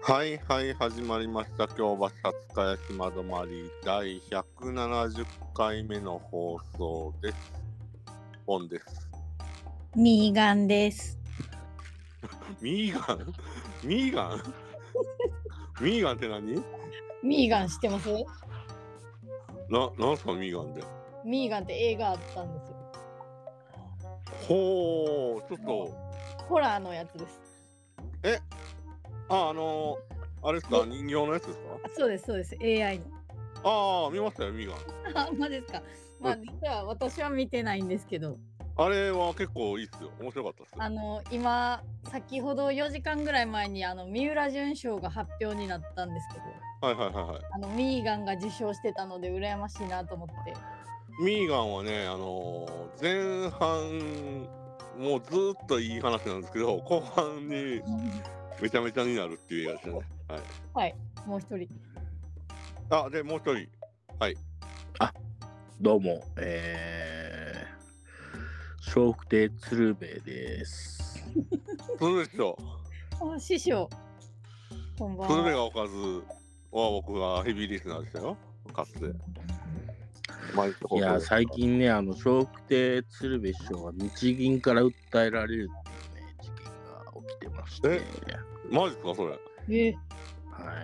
はいはい、始まりました。京橋廿日屋島止まり第170回目の放送です。ポンです。 ミーガンです。 ミーガンミーガンミーガンって何？ ミーガン知ってます？ なんすかミーガンって。 ミーガンって映画あったんですよ。 ほー、ちょっとホラーのやつです。 あれですか、人形のやつですか？ そうですそうです。AI の。 ああ、見ましたよ、ミーガン。 あ、まですか。まあ実は私は見てないんですけど、 あれは結構いいっすよ。面白かったっすよ。 今先ほど4時間ぐらい前に三浦淳賞が発表になったんですけど、 はいはいはいはい。 ミーガンが受賞してたので羨ましいなと思って。 ミーガンはね、前半もうずーっといい話なんですけど、後半にめちゃめちゃになるっていう映画ですよね。はい。 はい、もう一人。 あ、でもう一人。はい。 どうも、笑福亭鶴瓶です。 鶴瓶師匠。 あ、師匠。こんばん鶴瓶は。 がおかずは僕がヘビーリスナーでしたよ。かつて。 いや、最近ね、笑福亭鶴瓶師匠は日銀から訴えられるっていうね、事件が起きてまして。 マジですか、それ。 はい。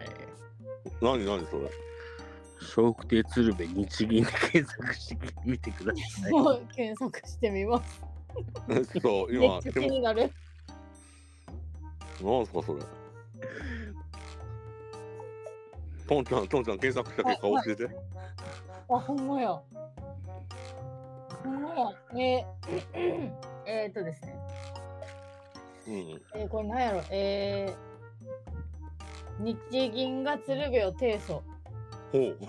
何それ。 笑福亭鶴瓶日銀で検索してみてください。 もう検索してみます。 そう、 め今っちゃ気になる。 何すか、それ。トンちゃん検索した結果教えて。 あ、ほんまや。ほんまや。ですね。これなんやろ。日銀が鶴瓶を提訴。 ほう。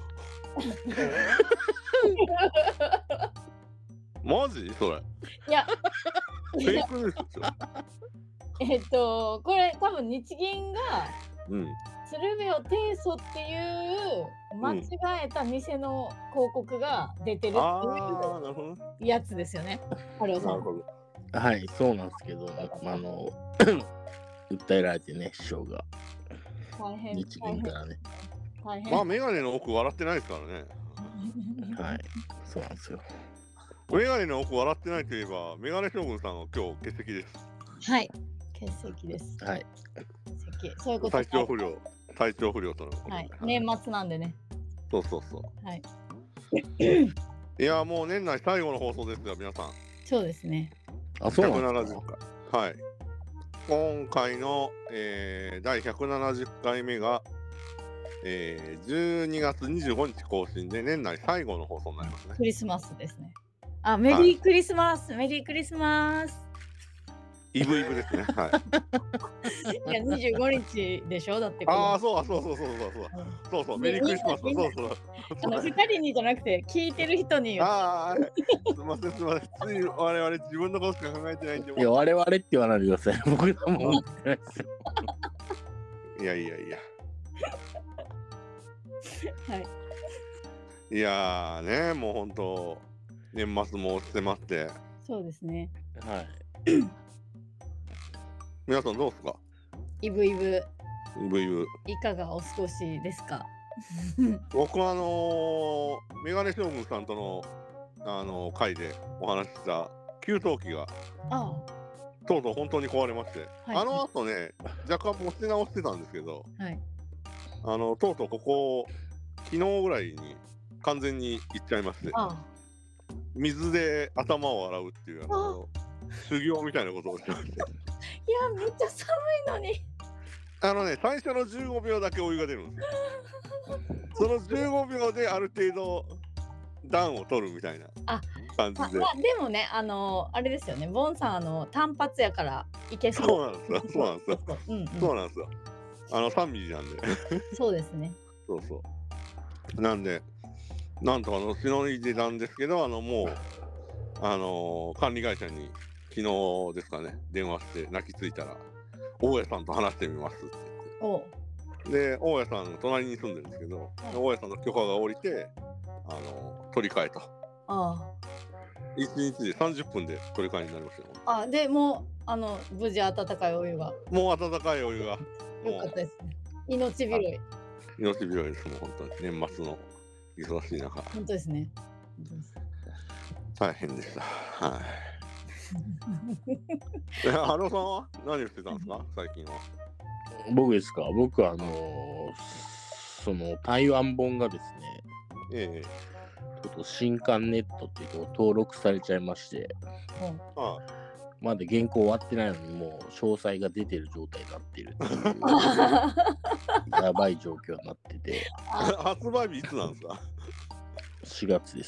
マジそれ。 いや。 フェイクですよ。これ多分日銀が鶴瓶を提訴っていう間違えた偽の広告が出てるっていうやつですよね。ハローさん。 はい、そうなんですけど、訴えられてね、師匠が。 大変。 日銀からね。 大変。 まあ、メガネの奥笑ってないですからね。 はい、そうなんですよ。 メガネの奥笑ってないといえば、メガネ将軍さんは今日欠席です。 はい、欠席です。 はい。 そういうこと。 体調不良とのことで。 はい、年末なんでね。 そう。 はい。 いや、もう年内最後の放送ですよ、皆さん。 そうですね。 あ、そうなんですか。 170回。はい。今回の、第170回目が、12月25日更新で年内最後の放送になりますね。 クリスマスですね。あ、メリークリスマス、メリークリスマス。 イブですね。はい。 いや、25日でしょ、だって。 ああ、そう、メリークリスマス。そう。 2人にじゃなくて、聞いてる人に。 ああ、すみません。つい我々自分のことしか考えてないんで。 いや、我々って言わないでください。僕らも思ってないですよ。 いや。 はい。 いやね、もう本当年末も迫って。 そうですね。 はい。 皆さんどうですか？ イブ。 いかがお過ごしですか？ 僕はメガネ将軍さんとの会でお話しした給湯器がとうとう本当に壊れまして、あの後ね若干持ち直してたんですけど、とうとうここ昨日ぐらいに完全にいっちゃいまして、水で頭を洗うっていう修行みたいなことをしまして。 いや、めっちゃ寒いのに。 最初の15秒だけお湯が出るんですよ。その15秒である程度暖を取るみたいな感じで。 でもね、あれですよね、ボンさん単発やからいけそう。 そうなんですよ。3ミリなんで。 そうですね。 そう。なんで、なんとしのいでたんですけど、もう管理会社に昨日ですかね、電話して泣きついたら、大家さんと話してみますって言って。で、大家さんの隣に住んでるんですけど、大家さんの許可が下りて、取り替えと。1日で30分で取り替えになりましたよ。 でもう無事温かいお湯が。 もう温かいお湯がも。 よかったですね。命拾い。 命拾いです、もう本当に。年末の忙しい中。 本当ですね。 大変でした。はい。ハローさんは何をしてたんですか、最近は。 僕ですか。僕はその台湾本がですね、ちょっと新刊ネットっていうと登録されちゃいまして、まだ原稿終わってないのにもう詳細が出てる状態になってるっていうやばい状況になってて。 発売日いつなんですか ？4月です。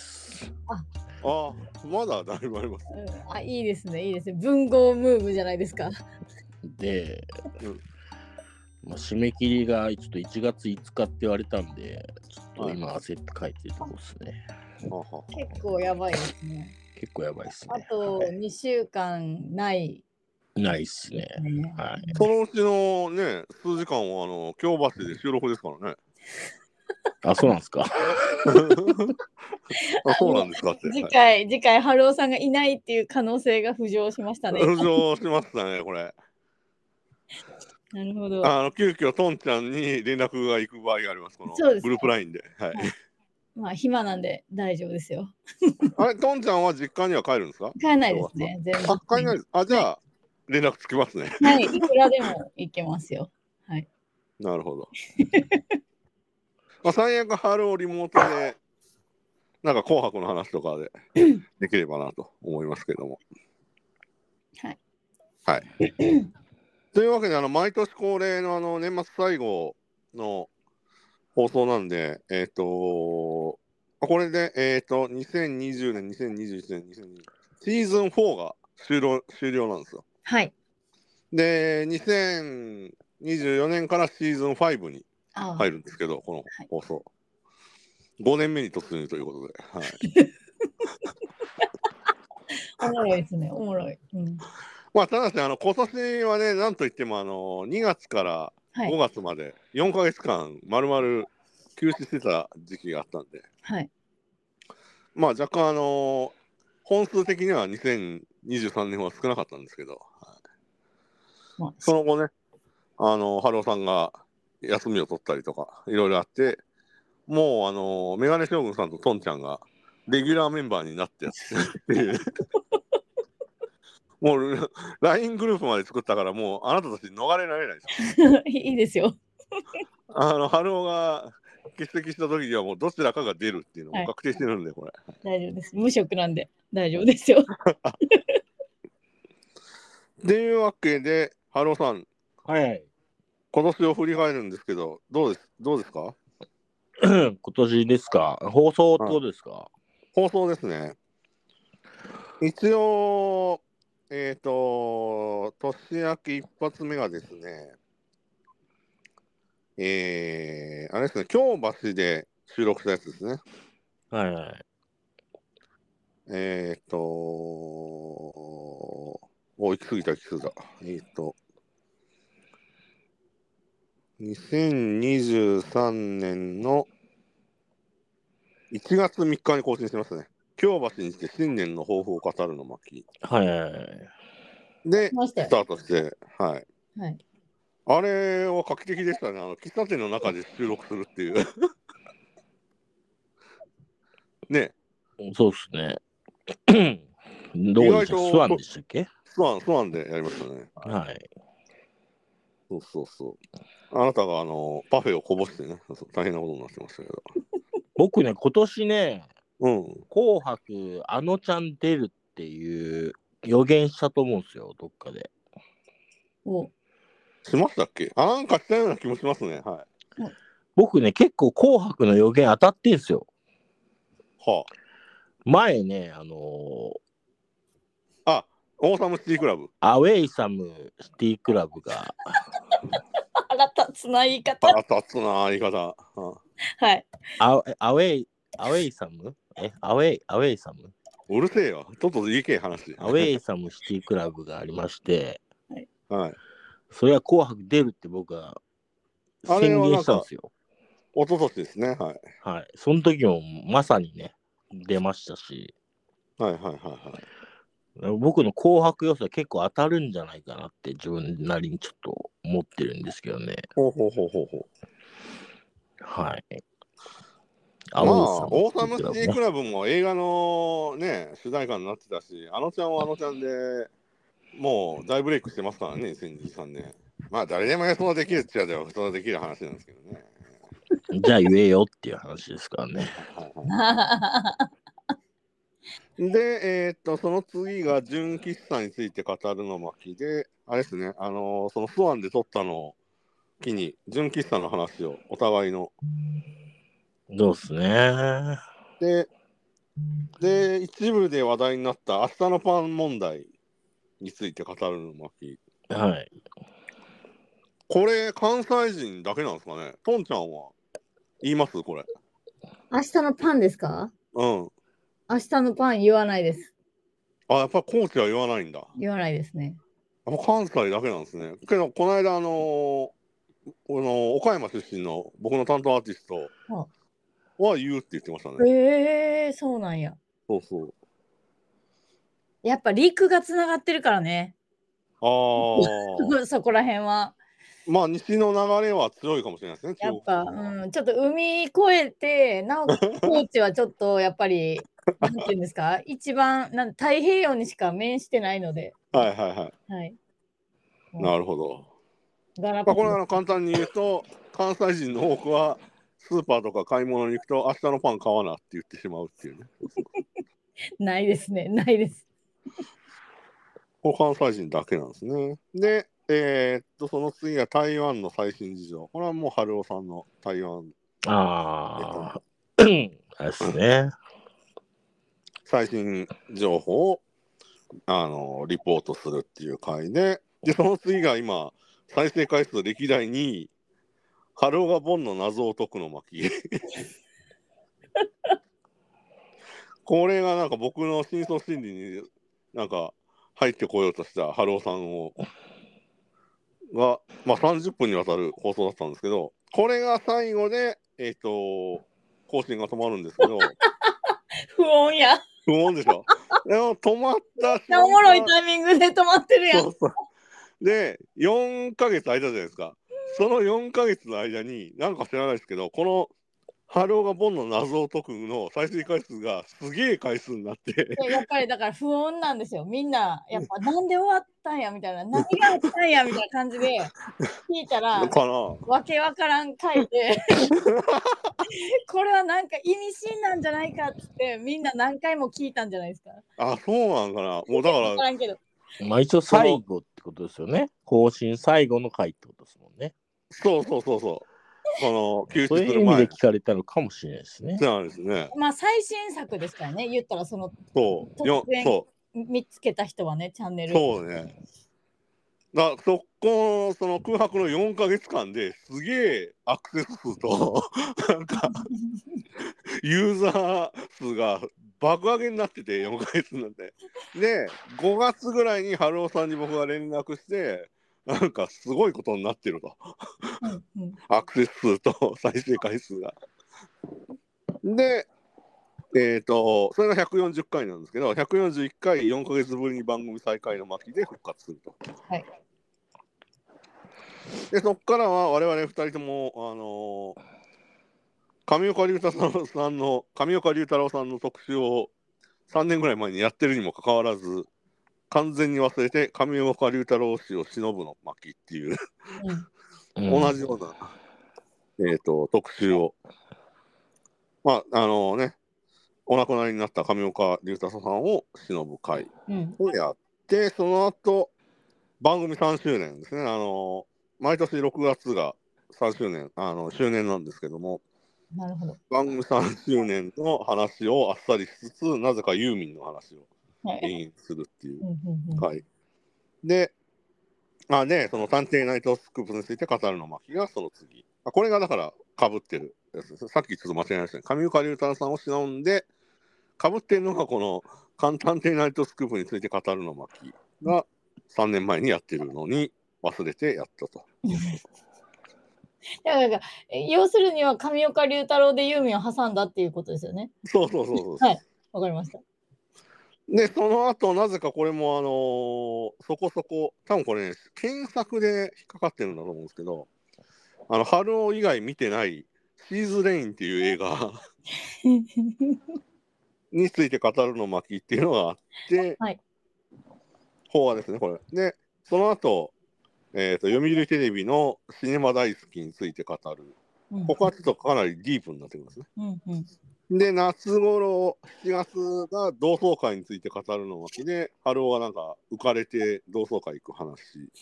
まだだいぶあります、 いいですね、いいですね。文豪ムーブじゃないですか。 で、締め切りがちょっと1月5日って言われたんで、ちょっと今焦って書いてるとこですね。 結構やばいですね。 結構やばいですね。 あと2週間ないっすね。はい。 そのうちのね、数時間は京橋で収録ですからね。 そうなんですか。 そうなんですかって。 次回、春尾さんがいないっていう可能性が浮上しましたね。 浮上しましたね、これ。 なるほど。 急遽トンちゃんに連絡が行く場合があります、このグループラインで。はい。 まあ、暇なんで大丈夫ですよ。 トンちゃんは実家には帰るんですか？ 帰らないですね。全然。 帰らないです。じゃあ、連絡つきますね。 はい、いくらでも行けますよ。はい。 なるほど。最悪、春をリモートで、なんか紅白の話とかでできればなと思いますけども。 はい。 はい。というわけで、毎年恒例の年末最後の放送なんで、これで、2020年、2021年、2022シーズン4が終了なんですよ。 はい。 で、2024年からシーズン5に入るんですけど、この放送。5年目に突入ということで。はい。 おもろいですね、おもろい。 ただし、今年はね、なんといっても2月から5月まで4ヶ月間、まるまる休止してた時期があったんで、 はい。 若干、本数的には2023年は少なかったんですけど、その後ね、春尾さんが休みを取ったりとか、いろいろあって、もうメガネ将軍さんとトンちゃんがレギュラーメンバーになってやっていうもう LINE グループまで作ったから、もうあなたたち逃れられないですよ。 いいですよ。 春尾が欠席した時にはもうどちらかが出るっていうのも確定してるんで、これ。 大丈夫です。無職なんで大丈夫ですよ。 というわけで、春尾さん。 はい。 今年を振り返るんですけど、どうですか？ 今年ですか？放送ってことですか？ 放送ですね。一応、年明け一発目がですね、あれですね、京橋で収録したやつですね。 はいはい。 行き過ぎた。2023年の1月3日に更新してますね。京橋にして新年の抱負を語るの巻。 はいはいはい。 で、スタートして、はい。 はい。 あれは画期的でしたね。喫茶店の中で収録するっていう。ね。 そうっすね。どうでした？スワンでしたっけ？ スワンでやりましたね。 はい。 そう。あなたがパフェをこぼしてね、大変なことになってましたけど。 僕ね、今年ね、紅白ちゃん出るっていう予言したと思うんですよ、どっかで。 しましたっけ？なんかしたような気もしますね。はい。 僕ね、結構紅白の予言当たってんすよ。 はあ。 前ね、 オーサムシティクラブ。 アウェイサムシティクラブが。 腹立つな言い方。 腹立つな言い方。 はい。 アウェイサムアウェイサムうるせえよ。ちょっと言いけえ話。 アウェイサムシティクラブがありまして、 はい。 それは紅白出るって僕は宣言したんですよ。 一昨年ですね。はい。 はい。その時もまさにね、出ましたし。 はい。 僕の紅白予想は結構当たるんじゃないかなって自分なりにちょっと思ってるんですけどね。 ほうほうほうほうほう。 はい。 まあ、オーサムシティクラブも映画のね、主題歌になってたし、あのちゃんはあのちゃんでもう大ブレイクしてますからね、2023年。まあ、誰でもそのできるっちゃではそのできる話なんですけどね。 じゃあ言えよっていう話ですからね。 で、その次が純喫茶について語るの巻で、あれですね、そのスワンで撮ったのを機に、純喫茶の話をお互いの。 そうっすね。 で、一部で話題になった明日のパン問題について語るの巻。 はい。 これ、関西人だけなんですかね。トンちゃんは言いますこれ。 明日のパンですか？ うん。 明日のパン言わないです。 あ、やっぱ高知は言わないんだ。 言わないですね。 関西だけなんですね。けど、この間、岡山出身の僕の担当アーティストは言うって言ってましたね。そうなんや。 そうそう。 やっぱリークがつながってるからね。 ああ。 そこら辺は。 まあ、西の流れは強いかもしれないですね。 やっぱ、ちょっと海越えて、なおかつ高知はちょっとやっぱり、なんていうんですか、一番太平洋にしか面してないので。 はいはいはい。 はい。 なるほど。まあ、これは簡単に言うと、関西人の多くはスーパーとか買い物に行くと、明日のパン買わなって言ってしまうっていうね。 ないですね、ないです。 これ関西人だけなんですね。で、その次は台湾の最新事情。これはもう春雄さんの台湾。 ああ、ですね。 最新情報をリポートするっていう回で、その次が今、再生回数歴代2位、春雄がボンの謎を解くの巻。これがなんか僕の深層心理になんか入ってこようとした春雄さんが、まあ、30分にわたる放送だったんですけど、これが最後で、更新が止まるんですけど、 不穏や。 不穏でしょ。でも止まった瞬間。おもろいタイミングで止まってるやん。 そうそうで、4ヶ月空いたじゃないですか。その4ヶ月の間に、なんか知らないですけど、この春雄がボンの謎を解くの再生回数がすげえ回数になってやっぱりだから不穏なんですよ。みんなやっぱなんで終わったんやみたいな、何があったんやみたいな感じで聞いたら、わけわからん回でこれはなんか意味深なんじゃないかってみんな何回も聞いたんじゃないですか。 あ、そうなんかな。もうだからからんけど。 まあ一応最後ってことですよね。更新最後の回ってことですもんね。 そうそうそうそう。このそういう意味で聞かれたのかもしれないですね。 そうなんですね。 まあ最新作ですからね。言ったらその突然見つけた人はねチャンネル。 そうね。その空白の4ヶ月間ですげえアクセス数となんかユーザー数が爆上げになってて4ヶ月なんで。で5月ぐらいに春雄さんに僕が連絡してなんかすごいことになってるとアクセス数と再生回数が。でそれが140回なんですけど141回4ヶ月ぶりに番組再開の巻で復活すると。はい、でそこからは我々2人とも上岡龍太郎さんの特集を3年ぐらい前にやってるにもかかわらず完全に忘れて上岡龍太郎氏を偲ぶの巻っていう同じような、特集をまあねお亡くなりになった上岡龍太郎さんを偲ぶ会をやって、その後番組3周年ですね。毎年6月が3周年周年なんですけども、 なるほど。 番組3周年の話をあっさりしつつ、なぜかユーミンの話を延々するっていう回。で、その探偵ナイトスクープについて語るの巻がその次。これがだから被ってるやつです。さっきちょっと間違えましたね。上岡龍太郎さんを偲んで、被ってるのがこの探偵ナイトスクープについて語るの巻が3年前にやってるのに忘れてやったと。 だから要するには上岡龍太郎でユーミンを挟んだっていうことですよね。 そうそうそうそう。 はい、わかりました。 で、その後、なぜかこれも、そこそこ、多分これね、検索で引っかかってるんだと思うんですけど、春尾以外見てない、シーズレインっていう映画について語るの巻っていうのがあって、 はい、 法話ですね、これ。で、その後、読売テレビのシネマ大好きについて語る。ここはちょっとかなりディープになってくるんですね。 うんで、夏頃、7月が同窓会について語るの巻で、春尾がなんか浮かれて同窓会行く話。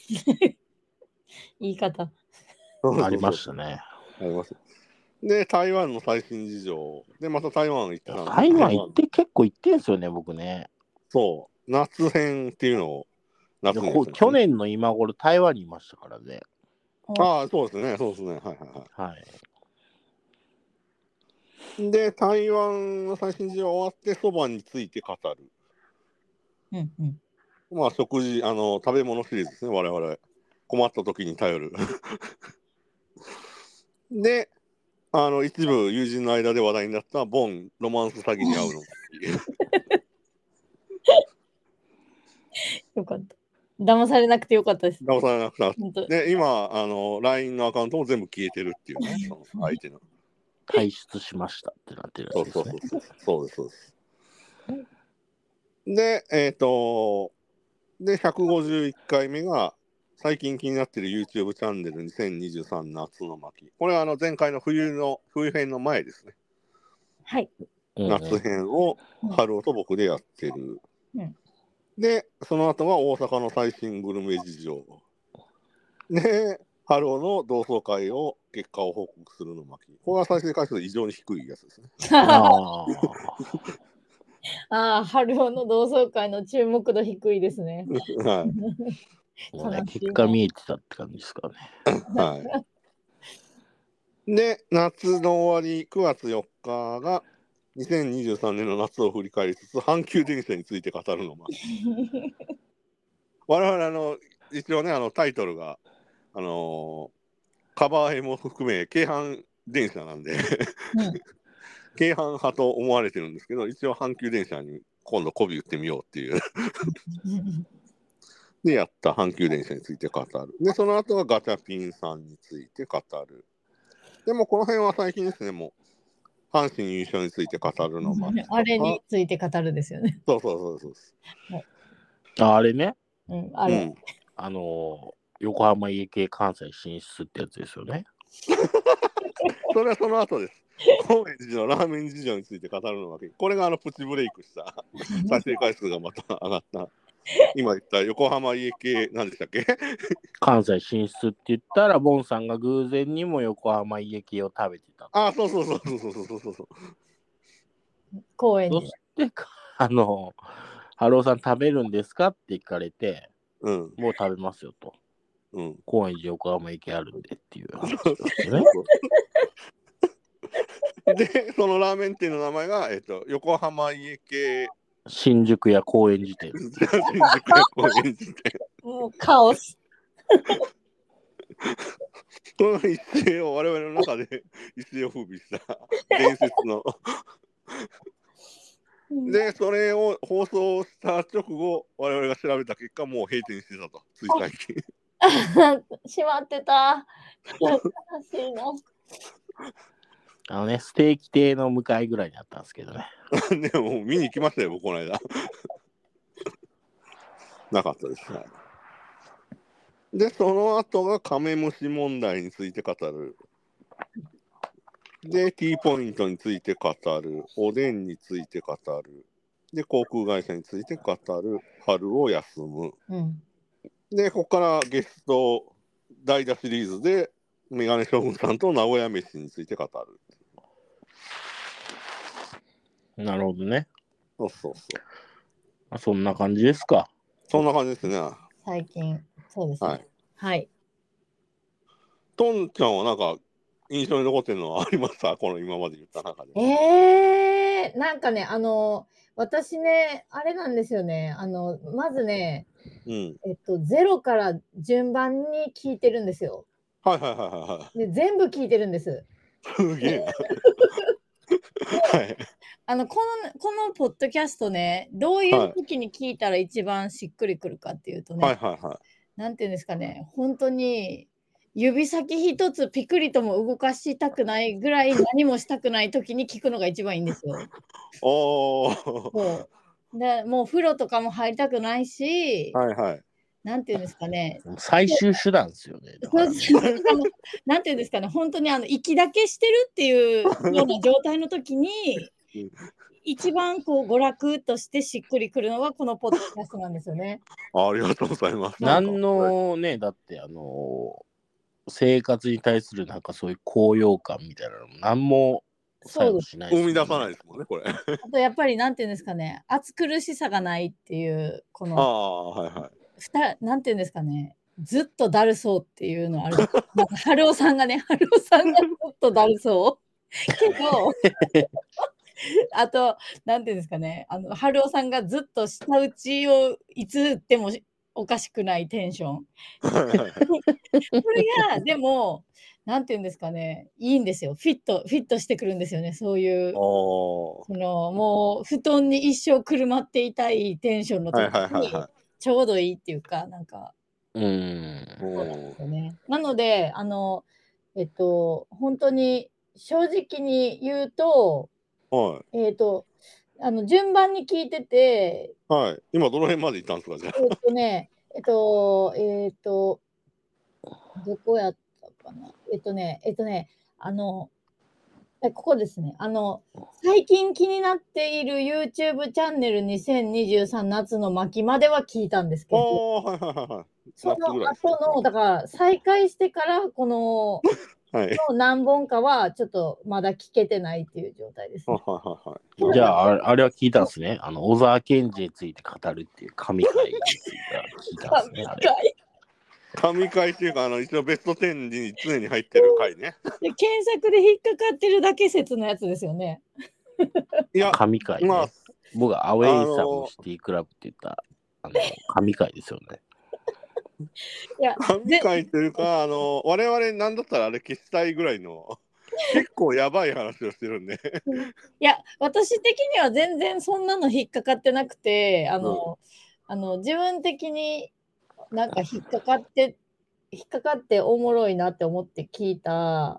言い方。 ありましたね。 あります。で、台湾の最新事情。で、また台湾行ってたんで。 台湾行って結構行ってんすよね、僕ね。 そう。夏編っていうのを夏に、ね、去年の今頃台湾にいましたからね。 ああ、そうですね。そうですね。はいはいはい。 はい。 で、台湾の最新事情終わって、そばについて語る。 うんうん。 まあ、食事、食べ物シリーズですね、我々。困った時に頼る。で、一部友人の間で話題になったボン、ロマンス詐欺に遭うの。 よかった。騙されなくてよかったです。 騙されなくて。で、今、LINE のアカウントも全部消えてるっていうね、その相手の。 退出しましたってなってるやつですね。 そうです、そうです。で、で、151回目が、最近気になっている YouTube チャンネル2023夏の巻。これは前回の冬編の前ですね。 はい。 夏編を春尾と僕でやってる。で、その後が大阪の最新グルメ事情。で、春尾の同窓会を結果を報告するの巻。これは再生回数異常に低いやつですね。 ああ、春尾の同窓会の注目度低いですね。 はい。 もうね、結果見えてたって感じですかね。 はい。で、夏の終わり、9月4日が2023年の夏を振り返りつつ、阪急電車について語るの巻。我々一応ね、タイトルが、カバー絵も含め、京阪電車なんで、京阪派と思われてるんですけど、一応阪急電車に今度媚び打ってみようっていうでやった阪急電車について語る。で、その後はガチャピンさんについて語る。でもこの辺は最近ですね、もう阪神優勝について語るのもあれについて語るですよね。 そう。 あれね。 あれ。 横浜家系関西進出ってやつですよね。 それはその後です。高円寺のラーメン事情について語るのわけ。これがプチブレイクした再生回数がまた上がった。今言った横浜家系何でしたっけ関西進出って言ったら、ボンさんが偶然にも横浜家系を食べてた。 あ、そう。 高円寺。 そして、春尾さん食べるんですかって聞かれて、もう食べますよと。高円寺横浜駅あるんでっていう話ですね。 で、そのラーメン店の名前が、横浜家系新宿屋高円寺店。 新宿屋高円寺店。 もうカオス。 この一世を我々の中で一世を風靡した伝説の。で、それを放送した直後、我々が調べた結果、もう閉店してたと、つい最近。 しまってた。悲しいな。ステーキ亭の向かいぐらいにあったんですけどね。 でも見に行きましたよ、僕、この間。なかったですね。で、その後がカメムシ問題について語る。で、T ポイントについて語る。おでんについて語る。で、航空会社について語る。春を休む。で、ここからゲスト代打シリーズで、メガネ将軍さんと名古屋飯について語る。 なるほどね。 そう。 そんな感じですか。 そんな感じですね。 最近、そうですね。はい。 トンちゃんはなんか印象に残ってるのはありました？この今まで言った中で。なんかね、私ね、あれなんですよね。まずね、ゼロから順番に聞いてるんですよ。 はい。 で、全部聞いてるんです。 すげえな。はい。 このポッドキャストね、どういう時に聞いたら一番しっくりくるかっていうとね、なんていうんですかね、本当に指先一つピクリとも動かしたくないぐらい何もしたくない時に聞くのが一番いいんですよ。でもう風呂とかも入りたくないし、なんていうんですかね。 最終手段ですよね。 なんていうんですかね、本当に息だけしてるっていうような状態の時に、一番こう娯楽としてしっくりくるのはこのポッドキャストなんですよね。 ありがとうございます。 何のね、だって生活に対するなんかそういう高揚感みたいなのも何も作用しないです、ね。生み出さないですもんね、これ。あとやっぱりなんていうんですかね、暑苦しさがないっていう、この、なんていうんですかね、ずっとだるそうっていうのある。なんか春雄さんがずっとだるそう。けど、あと、なんていうんですかね、春雄さんがずっと舌打ちをいつ打ってもおかしくないテンション。それが、でも、なんていうんですかね、いいんですよ。フィットしてくるんですよね、そういう。もう、布団に一生くるまっていたいテンションの時に、ちょうどいいっていうか、なんか。そうですよね。なので、本当に正直に言うと、順番に聞いてて、 今どの辺まで行ったんですか、じゃあ。 どこやったかな。ここですね。最近気になっている YouTube チャンネル2023夏の巻までは聞いたんですけど、その後の、だから再開してからこの、何本かはちょっとまだ聞けてないっていう状態ですね。 じゃあ、あれは聞いたんですね。小沢健二について語るっていう神回については聞いたんですね。 神回っていうか、一応ベスト10に常に入ってる回ね。 で検索で引っかかってるだけ説のやつですよね。 いや、神回ね。僕はアウェイサムシティクラブって言った神回ですよね。 神回というか、我々なんだったらあれ消したいぐらいの結構やばい話をしてるんで。 いや、私的には全然そんなの引っかかってなくて、自分的になんか引っかかっておもろいなって思って聞いた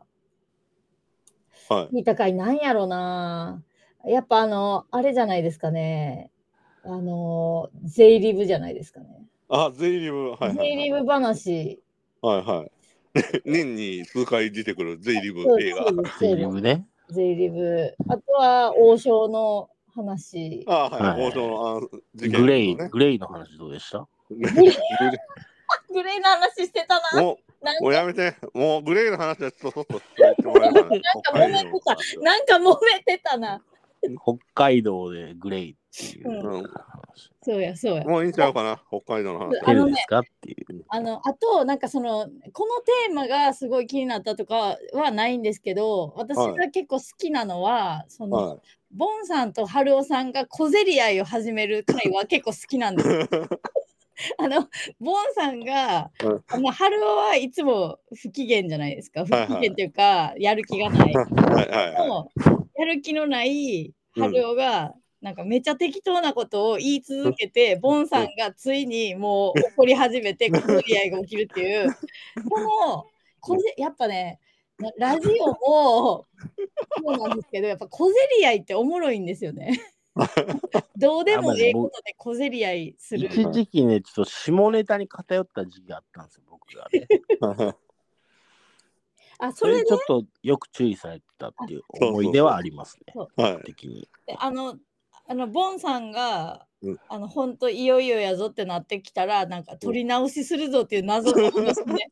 回なんやろな。やっぱあれじゃないですかね。ゼイリブじゃないですかね。 ゼイリブ、 ゼイリブ話。 年に数回出てくるゼイリブ映画。 ゼイリブね。 ゼイリブ。あとは王将の話。 王将の事件、ね。グレイの話どうでした？ グレイの話してたな。 もうやめて。もうグレイの話はちょっと言ってもらえばなんか揉めてたな。 北海道でグレイっていう、 そうや。 もういいんちゃうかな、北海道の話。 ですかっていう。 あと、なんかこのテーマがすごい気になったとかはないんですけど、私が結構好きなのは、ボンさんと春雄さんが小競り合いを始める回は結構好きなんですよ。ボンさんが、春雄はいつも不機嫌じゃないですか。不機嫌っていうか、やる気がない。やる気のない春雄が、なんかめっちゃ適当なことを言い続けて、ボンさんがついにもう怒り始めて、小競り合いが起きるっていう、やっぱね、ラジオもそうなんですけど、やっぱ小競り合いっておもろいんですよね。どうでもええことで小競り合いする。 一時期ね、ちょっと下ネタに偏った時期があったんですよ、僕がね。それちょっとよく注意されてたっていう思い出はありますね。的に。 ボンさんが、本当いよいよやぞってなってきたら、なんか取り直しするぞっていう謎の話ね。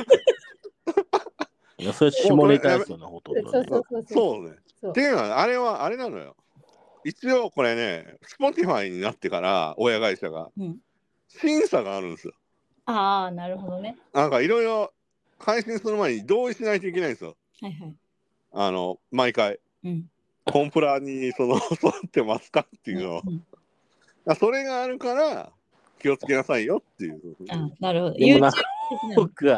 いや、それ下ネタですよね、ほとんどね。 そうね。っていうのは、あれはあれなのよ。一応これね、Spotify になってから親会社が審査があるんですよ。 ああ、なるほどね。 なんかいろいろ配信する前に同意しないといけないんですよ。毎回。コンプラに沿ってますかっていうのを。それがあるから気をつけなさいよっていう。 なるほど。 でも僕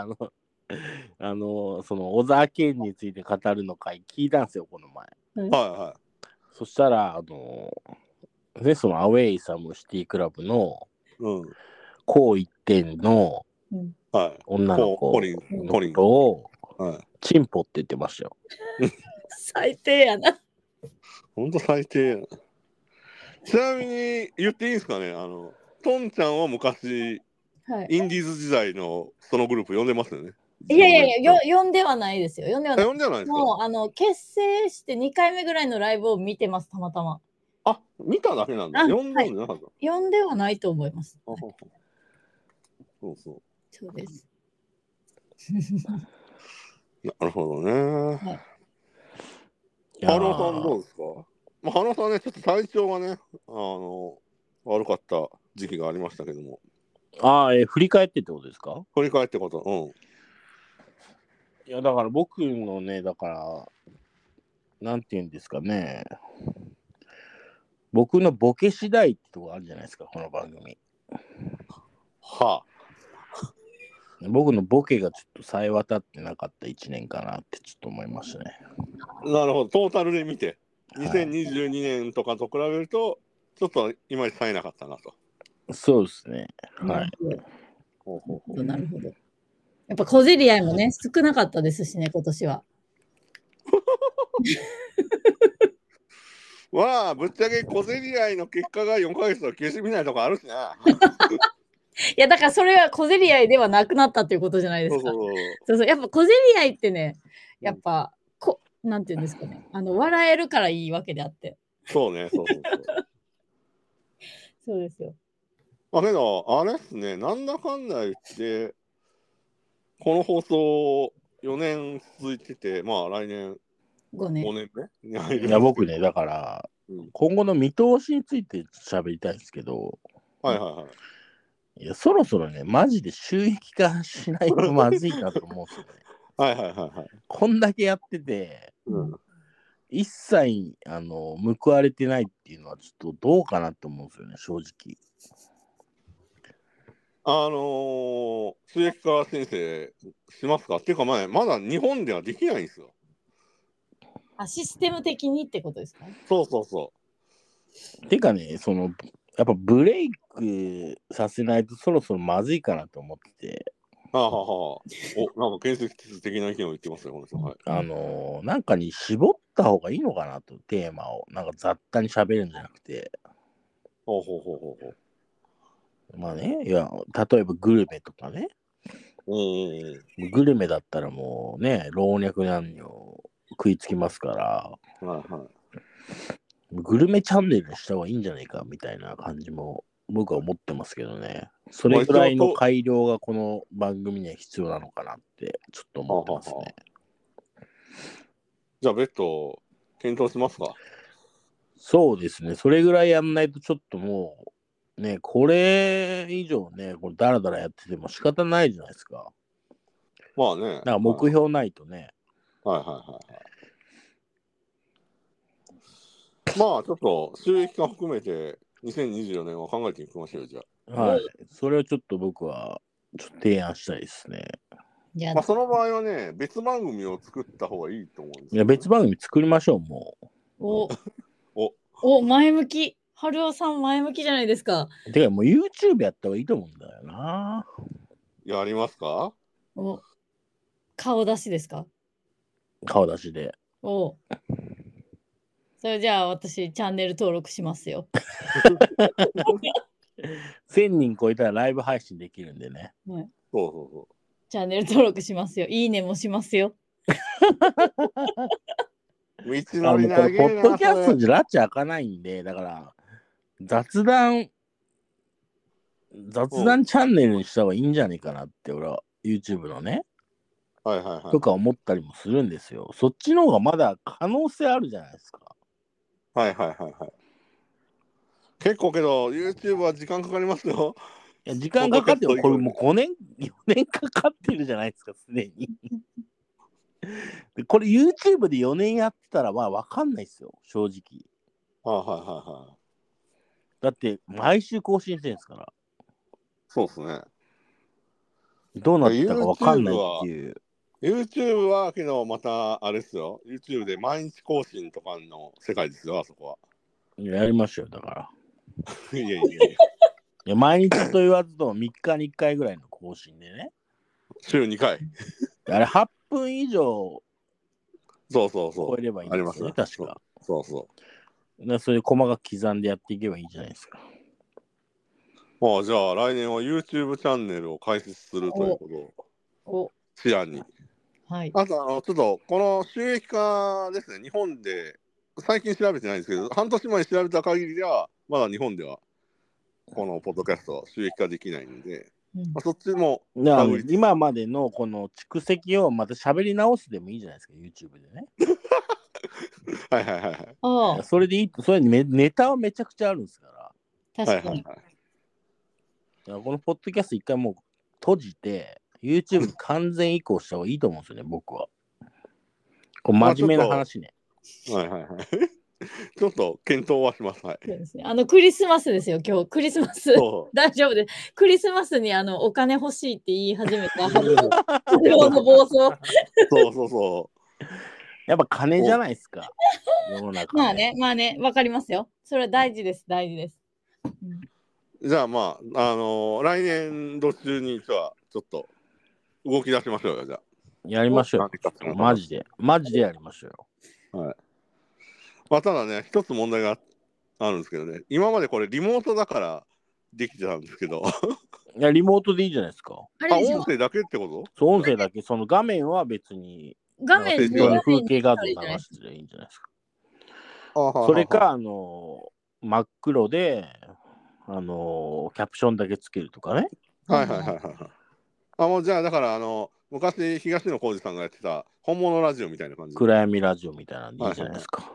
その小沢健について語るの回聞いたんですよ、この前。 そしたら、ね、そのアウェイサムシティクラブの、高一点の女の子のことを、チンポって言ってましたよ。 最低やな。 ほんと最低やな。ちなみに言っていいですかね、トンちゃんは昔、インディーズ時代のそのグループ呼んでますよね。 いやいや、呼んではないですよ。呼んではない。 呼んではないですか。 もう結成して2回目ぐらいのライブを見てます、たまたま。 あ、見ただけなんだ。呼んではなかった。 呼んではないと思います。 そうそう。 そうです。 なるほどね。春尾さんどうですか。まあ、春尾さんね、ちょっと体調がね、悪かった時期がありましたけども。 振り返ってってことですか。 振り返ってこと。 いや、だから僕のね、だから、なんていうんですかね。僕のボケ次第ってとこあるじゃないですか、この番組。 はあ。 僕のボケがちょっとさえ渡ってなかった1年かなってちょっと思いましたね。 なるほど、トータルで見て、2022年とかと比べると、ちょっといまいち冴えなかったなと。 そうですね。はい。 なるほど。やっぱ小競り合いもね、少なかったですしね、今年は。 わあ、ぶっちゃけ小競り合いの結果が4ヶ月は消してみないとかあるしな。 いや、だからそれは小競り合いではなくなったっていうことじゃないですか。そう。やっぱ小競り合いってね、やっぱ、なんていうんですかね、笑えるからいいわけであって。 そうね、そう。 そうですよ。 けど、あれっすね、なんだかんだ言って、この放送4年続いてて、まあ来年 5年目いや、僕ね、だから、今後の見通しについて喋りたいんですけど、いや、そろそろね、マジで収益化しないとまずいなと思うんですよね。こんだけやってて、一切報われてないっていうのはちょっとどうかなと思うんですよね、正直。 収益化申請しますかっていうか、まだ日本ではできないんですよ。 システム的にってことですか。 そう。 てかね、やっぱブレイクさせないとそろそろまずいかなと思ってて。 なんか建設的な意見を言ってますよ、 なんかに絞った方がいいのかなと、テーマを。なんか雑多に喋るんじゃなくて。まあね、いや、例えばグルメとかね。グルメだったらもうね、老若男女食いつきますから、グルメチャンネルにした方がいいんじゃないかみたいな感じも僕は思ってますけどね。それぐらいの改良がこの番組には必要なのかなってちょっと思ってますね。 じゃあ別途検討しますか。 そうですね。それぐらいやんないとちょっともうね、これ以上ね、これダラダラやってても仕方ないじゃないですか。 まあね。 だから目標ないとね。 まあちょっと収益化含めて2024年は考えていきましょう、じゃあ。はい。それをちょっと僕はちょっと提案したいですね。 まあその場合はね、別番組を作った方がいいと思うんですよ。 いや、別番組作りましょう、もう。お、前向き。春尾さん前向きじゃないですか。 てかもう YouTube やった方がいいと思うんだよな。 やりますか。 顔出しですか。 顔出しで。 それじゃあ私チャンネル登録しますよ。 1000人超えたらライブ配信できるんでね。 そう。 チャンネル登録しますよ。いいねもしますよ。 道のり長いな。 ポッドキャストじゃラッチ開かないんで、だから雑談チャンネルにした方がいいんじゃないかなって俺は YouTube のね。とか思ったりもするんですよ。そっちの方がまだ可能性あるじゃないですか。 結構けど YouTube は時間かかりますよ。 いや時間かかってもこれもう5年4年かかってるじゃないですか、すでに。でこれ YouTube で4年やってたらまあ分かんないですよ、正直。だって毎週更新してるんですから。 そうですね。 どうなったか分かんないっていう。 YouTube はけどまたあれですよ。YouTube で毎日更新とかの世界ですよ、あそこは。 やりましょう、だから。 いやいやいや。 いや毎日と言わずと3日に1回ぐらいの更新でね。 週2回。 あれ8分以上そうそうそう。 超えればいいんですよね、確か。 そうそう。 それで細かく刻んでやっていけばいいじゃないですか。 まあじゃあ来年は YouTube チャンネルを開設するということを視野に。 はい。 あとちょっとこの収益化ですね、日本で最近調べてないんですけど、半年前に調べた限りではまだ日本ではこのポッドキャスト収益化できないんで、そっちも今までのこの蓄積をまた喋り直すでもいいじゃないですか、YouTube でね。 はいはいはいはい。 それでいい、それネタはめちゃくちゃあるんですから。 確かに。 このポッドキャスト一回もう閉じて、YouTube に完全移行した方がいいと思うんですよね、僕は。こう真面目な話ね。 はいはいはい。ちょっと検討はします。はい。 そうですね。クリスマスですよ、今日。クリスマス。大丈夫です。クリスマスにお金欲しいって言い始めた。春の暴走。 そうそうそう。 やっぱ金じゃないですか。世の中。 まあね、わかりますよ。それは大事です、大事です。 じゃあまあ、来年度中にちょっと動き出しましょうよ、じゃあ。 やりましょう。マジでやりましょうよ。はい。まあ、ただね、一つ問題があるんですけどね、今までこれリモートだからできてたんですけど。 いや、リモートでいいじゃないですか。 音声だけってこと？ そう、音声だけ。その画面は別に、 画面に風景画像流していいんじゃないですか。それか、真っ黒で、キャプションだけつけるとかね。 はいはいはいはい。もうじゃあ、だから昔、東野幸治さんがやってた本物ラジオみたいな感じ。 暗闇ラジオみたいなんでいいじゃないですか。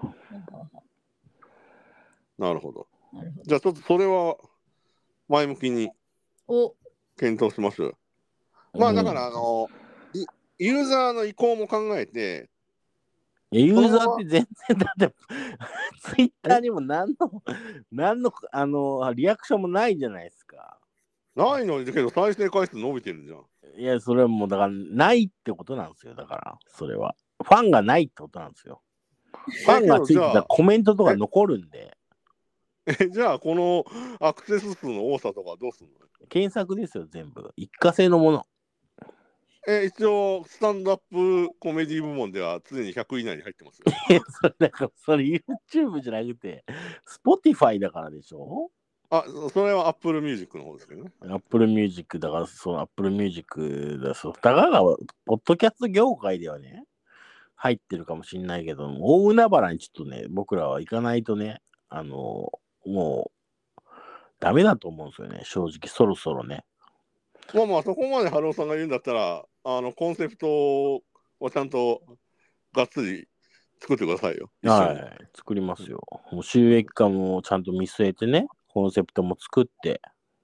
なるほど。じゃあ、ちょっとそれは前向きに検討します。まあ、だから、ユーザーの意向も考えて、 ユーザーって全然だってツイッターにも何のリアクションもないじゃないですか。 ないのにだけど再生回数伸びてるじゃん。 いや、それはもうだからないってことなんですよ。だからそれはファンがないってことなんですよ。ファンがついてたコメントとか残るんで。 じゃあこのアクセス数の多さとかどうすんの？ 検索ですよ、全部一過性のもの。 一応スタンドアップコメディ部門では常に100位以内に入ってますよ。 それ YouTube じゃなくて Spotify だからでしょ。 それは Apple Music の方ですけどね。 Apple Music だから、その Apple Music だそう。だから、ポッドキャスト業界ではね、入ってるかもしれないけど、大海原にちょっとね、僕らは行かないとね、もう、ダメだと思うんですよね、正直、そろそろね。 まあ、そこまで春尾さんが言うんだったら、コンセプトをちゃんとがっつり作ってくださいよ。 はい、作りますよ。もう収益化もちゃんと見据えてね、コンセプトも作って。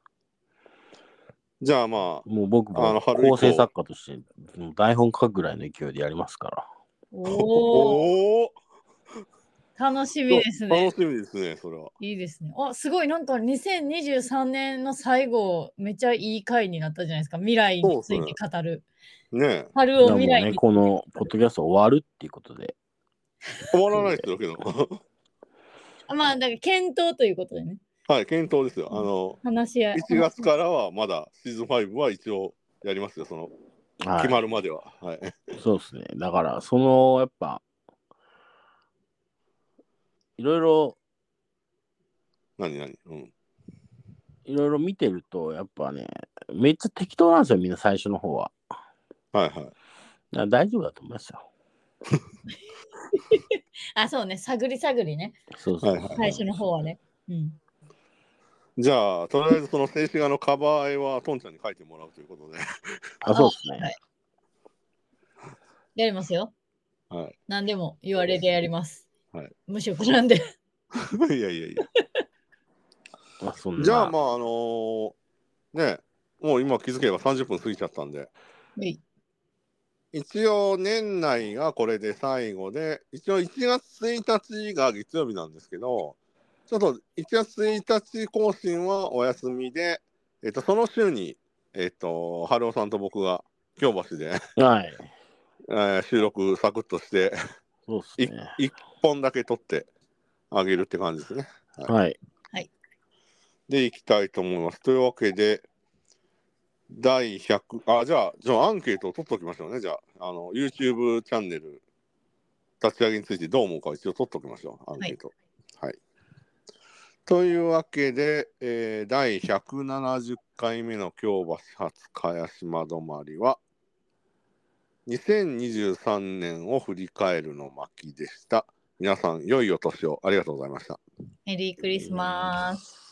じゃあまあ、 もう僕も構成作家として台本書くぐらいの勢いでやりますから。 おお楽しみですね。 楽しみですね、それは。 いいですね。すごい、なんか2023年の最後、めっちゃいい回になったじゃないですか。未来について語る。 ね。 春を未来に。 このポッドキャスト終わるっていうことで。 終わらないですよけど。 まあ、だから検討ということでね。 はい、検討ですよ。 話し合い。 1月からはまだシーズン5は一応やりますよ、決まるまでは。はい。 そうですね。だから、やっぱ、いろいろ、 いろいろ見てると、やっぱね、めっちゃ適当なんですよ、みんな最初の方は。 はいはい。 大丈夫だと思いますよ。 そうね、探り探りね。 そうそう。 最初の方はね。 じゃあ、とりあえずその静止画のカバー絵はトンちゃんに書いてもらうということで。 そうですね。 やりますよ。 はい。 何でも言われでやります。 はい。 無職なんで。 いや。じゃあ、まあ、ね、もう今気づけば30分過ぎちゃったんで。一応年内がこれで最後で、一応1月1日が月曜日なんですけど、ちょっと1月1日更新はお休みで、その週に、春尾さんと僕が京橋で、 はい。 収録サクッとしてそうですね、 1本だけ撮ってあげるって感じですね。 はい。 はい。 で、いきたいと思います。というわけで、第100、じゃあアンケートを取っておきましょうね。じゃあ、YouTube チャンネル立ち上げについてどう思うか一応取っておきましょう。アンケート。はい。というわけで、第170回目の京橋発茅島止まりは、2023年を振り返るの巻でした。皆さん、良いお年をありがとうございました。 メリークリスマス。